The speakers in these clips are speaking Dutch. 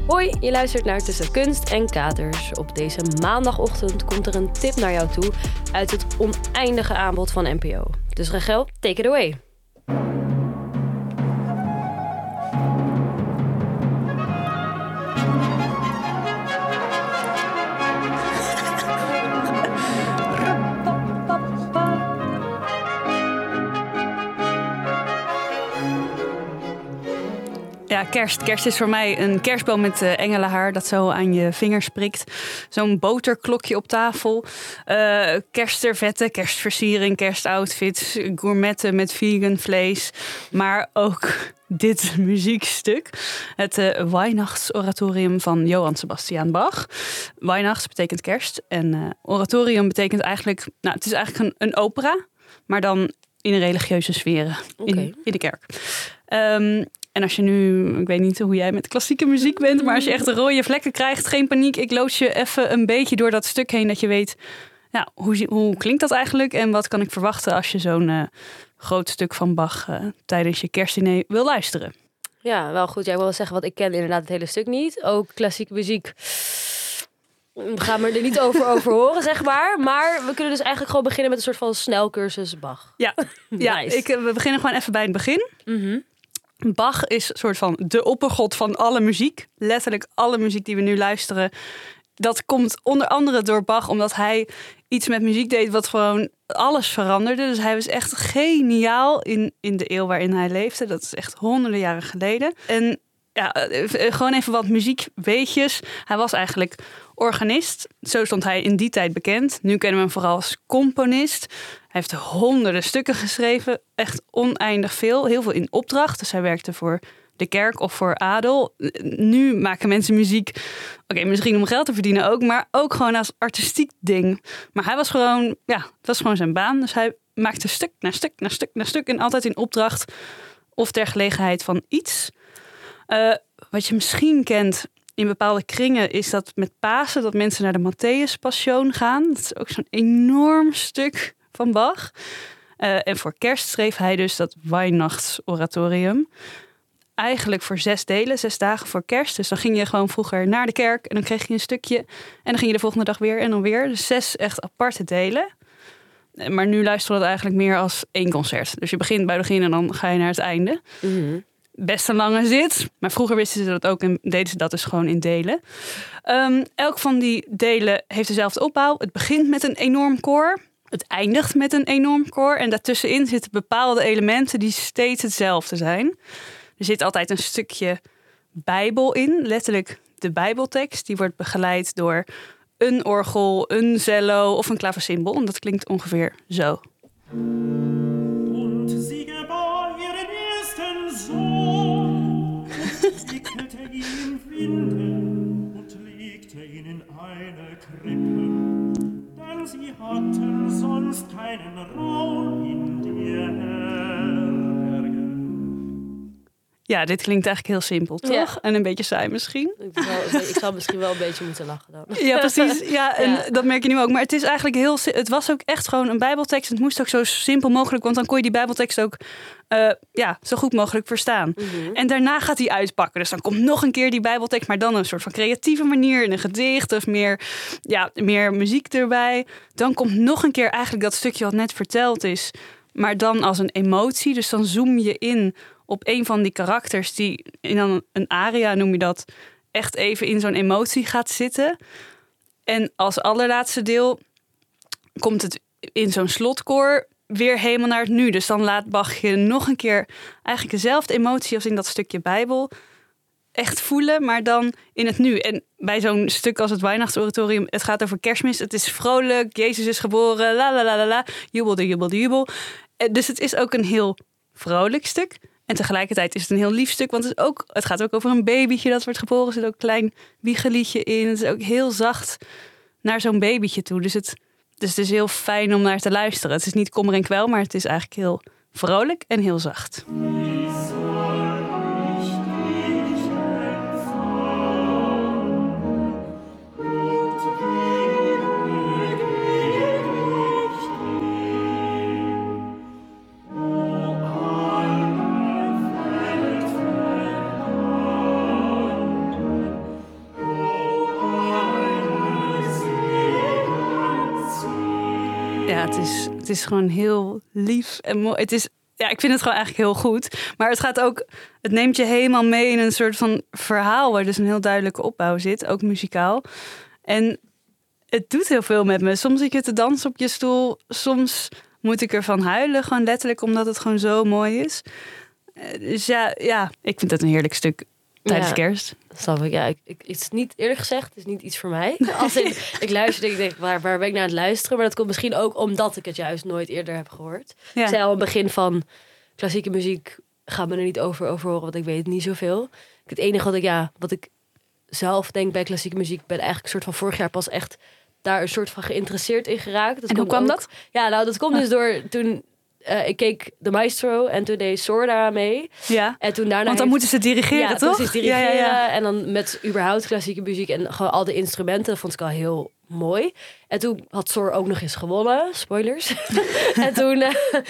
Hoi, je luistert naar Tussen Kunst en Katers. Op deze maandagochtend komt er een tip naar jou toe uit het oneindige aanbod van NPO. Dus Rachel, take it away. Ja, kerst. Kerst is voor mij een kerstboom met engelenhaar dat zo aan je vingers prikt. Zo'n boterklokje op tafel. Kerstservetten, kerstversiering, kerstoutfits, gourmetten met vegan vlees. Maar ook dit muziekstuk. Het Weihnachtsoratorium van Johann Sebastian Bach. Weihnachts betekent kerst. En oratorium betekent eigenlijk... Nou, het is eigenlijk een opera, maar dan in een religieuze sfeer. In de kerk. En als je nu, ik weet niet hoe jij met klassieke muziek bent, maar als je echt rode vlekken krijgt, geen paniek. Ik loods je even een beetje door dat stuk heen, dat je weet, nou, hoe klinkt dat eigenlijk? En wat kan ik verwachten als je zo'n groot stuk van Bach tijdens je kerstdiner wil luisteren? Ja, wel goed. Jij wil wel zeggen, want ik ken inderdaad het hele stuk niet. Ook klassieke muziek. We gaan me er niet over horen, zeg maar. Maar we kunnen dus eigenlijk gewoon beginnen met een soort van snelcursus Bach. Ja, nice. We beginnen gewoon even bij het begin. Mm-hmm. Bach is een soort van de oppergod van alle muziek. Letterlijk alle muziek die we nu luisteren. Dat komt onder andere door Bach, omdat hij iets met muziek deed wat gewoon alles veranderde. Dus hij was echt geniaal in de eeuw waarin hij leefde. Dat is echt honderden jaren geleden. En ja, gewoon even wat muziekweetjes. Hij was eigenlijk organist. Zo stond hij in die tijd bekend. Nu kennen we hem vooral als componist. Hij heeft honderden stukken geschreven. Echt oneindig veel. Heel veel in opdracht. Dus hij werkte voor de kerk of voor adel. Nu maken mensen muziek, misschien om geld te verdienen ook, maar ook gewoon als artistiek ding. Maar hij was gewoon, het was gewoon zijn baan. Dus hij maakte stuk na stuk na stuk na stuk en altijd in opdracht of ter gelegenheid van iets. Wat je misschien kent in bepaalde kringen is dat met Pasen dat mensen naar de Matthäus Passion gaan. Dat is ook zo'n enorm stuk van Bach. En voor kerst schreef hij dus dat Weihnachtsoratorium. Eigenlijk voor 6 delen, 6 dagen voor kerst. Dus dan ging je gewoon vroeger naar de kerk en dan kreeg je een stukje. En dan ging je de volgende dag weer en dan weer. Dus 6 echt aparte delen. Maar nu luisteren we dat eigenlijk meer als 1 concert. Dus je begint bij het begin en dan ga je naar het einde. Mm-hmm. Best een lange zit. Maar vroeger wisten ze dat ook en deden ze dat dus gewoon in delen. Elk van die delen heeft dezelfde opbouw. Het begint met een enorm koor. Het eindigt met een enorm koor. En daartussenin zitten bepaalde elementen die steeds hetzelfde zijn. Er zit altijd een stukje Bijbel in. Letterlijk de Bijbeltekst. Die wordt begeleid door een orgel, een cello of een klaversymbol. En dat klinkt ongeveer zo. Sie hatten sonst keinen Raum in der Herberge. Ja, dit klinkt eigenlijk heel simpel, toch? Ja. En een beetje saai misschien. Ik zou misschien wel een beetje moeten lachen dan. Ja, precies. Ja, en dat merk je nu ook. Maar het is eigenlijk het was ook echt gewoon een Bijbeltekst. Het moest ook zo simpel mogelijk, want dan kon je die Bijbeltekst ook zo goed mogelijk verstaan. Mm-hmm. En daarna gaat hij uitpakken. Dus dan komt nog een keer die Bijbeltekst, maar dan een soort van creatieve manier, in een gedicht of meer muziek erbij. Dan komt nog een keer eigenlijk dat stukje wat net verteld is, maar dan als een emotie. Dus dan zoom je in op een van die karakters die in een aria, noem je dat, echt even in zo'n emotie gaat zitten. En als allerlaatste deel komt het in zo'n slotkoor weer helemaal naar het nu. Dus dan laat Bach je nog een keer eigenlijk dezelfde emotie als in dat stukje Bijbel echt voelen, maar dan in het nu. En bij zo'n stuk als het Weihnachtsoratorium, het gaat over Kerstmis. Het is vrolijk, Jezus is geboren, la la la la la, jubel de jubel de jubel. Dus het is ook een heel vrolijk stuk. En tegelijkertijd is het een heel lief stuk, want het gaat ook over een babytje dat wordt geboren. Er zit ook een klein wiegeliedje in. Het is ook heel zacht naar zo'n babytje toe. Dus het is heel fijn om naar te luisteren. Het is niet kommer en kwel, maar het is eigenlijk heel vrolijk en heel zacht. Ja, het is gewoon heel lief en mooi. Ik vind het gewoon eigenlijk heel goed. Maar het neemt je helemaal mee in een soort van verhaal waar dus een heel duidelijke opbouw zit, ook muzikaal. En het doet heel veel met me. Soms zit je te dansen op je stoel, soms moet ik ervan huilen, gewoon letterlijk, omdat het gewoon zo mooi is. Dus ja, ik vind het een heerlijk stuk tijdens kerst. Snap ik, ja. Het is niet, eerlijk gezegd, het is niet iets voor mij. Als ik luister, ik denk, waar ben ik naar aan het luisteren? Maar dat komt misschien ook omdat ik het juist nooit eerder heb gehoord. Ja. Ik zei al aan het begin van, klassieke muziek gaat me er niet over horen, want ik weet niet zoveel. Het enige wat ik zelf denk bij klassieke muziek, ben eigenlijk een soort van vorig jaar pas echt daar een soort van geïnteresseerd in geraakt. En hoe kwam dat? Ja, nou, dat komt dus door toen ik keek de Maestro en toen deed Soor daar mee. Ja, en toen daarna want dan moeten ze dirigeren, toch? Precies, dirigeren. Ja. En dan met überhaupt klassieke muziek en gewoon al de instrumenten. Dat vond ik al heel mooi. En toen had Soor ook nog eens gewonnen. Spoilers. En toen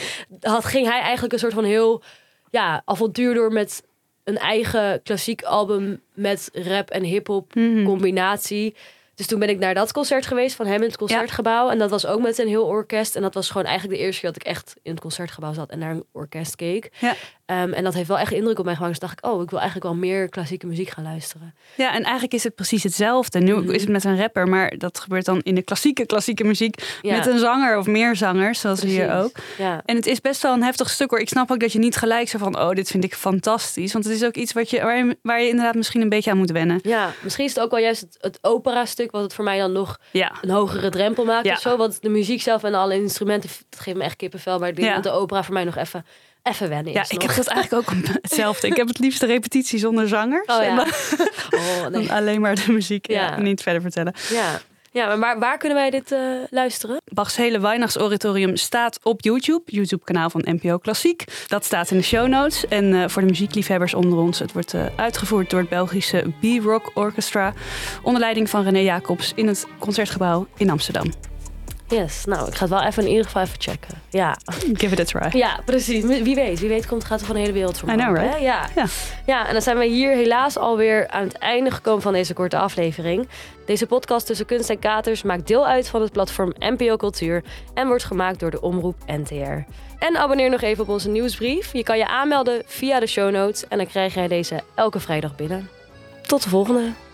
ging hij eigenlijk een soort van heel avontuur door met een eigen klassiek album met rap en hiphop combinatie. Dus toen ben ik naar dat concert geweest van hem in het Concertgebouw. En dat was ook met een heel orkest. En dat was gewoon eigenlijk de eerste keer dat ik echt in het Concertgebouw zat en naar een orkest keek. Ja. En dat heeft wel echt indruk op mij gemaakt. Dus dacht ik, ik wil eigenlijk wel meer klassieke muziek gaan luisteren. Ja, en eigenlijk is het precies hetzelfde. Nu is het met een rapper, maar dat gebeurt dan in de klassieke muziek met een zanger of meer zangers, zoals we hier ook. Ja. En het is best wel een heftig stuk hoor. Ik snap ook dat je niet gelijk zo van, dit vind ik fantastisch. Want het is ook iets waar je inderdaad misschien een beetje aan moet wennen. Ja, misschien is het ook wel juist het opera-stuk wat het voor mij dan nog een hogere drempel maakt of zo. Want de muziek zelf en alle instrumenten, dat geeft me echt kippenvel. Maar ik denk dat de opera voor mij nog even wennen is. Ja, ik heb dat eigenlijk ook hetzelfde. Ik heb het liefst de repetitie zonder zangers. Oh ja. Dan alleen maar de muziek. Ja, niet verder vertellen. Ja, maar waar kunnen wij dit luisteren? Bachs hele Weihnachtsoratorium staat op YouTube. YouTube-kanaal van NPO Klassiek. Dat staat in de show notes. En voor de muziekliefhebbers onder ons. Het wordt uitgevoerd door het Belgische B-Rock Orchestra. Onder leiding van René Jacobs in het Concertgebouw in Amsterdam. Yes, nou, ik ga het wel even in ieder geval even checken. Ja. Give it a try. Ja, precies. Wie weet gaat er van de hele wereld voor. I know, right? Ja, en dan zijn we hier helaas alweer aan het einde gekomen van deze korte aflevering. Deze podcast Tussen Kunst en Katers maakt deel uit van het platform NPO Cultuur en wordt gemaakt door de omroep NTR. En abonneer nog even op onze nieuwsbrief. Je kan je aanmelden via de show notes en dan krijg jij deze elke vrijdag binnen. Tot de volgende!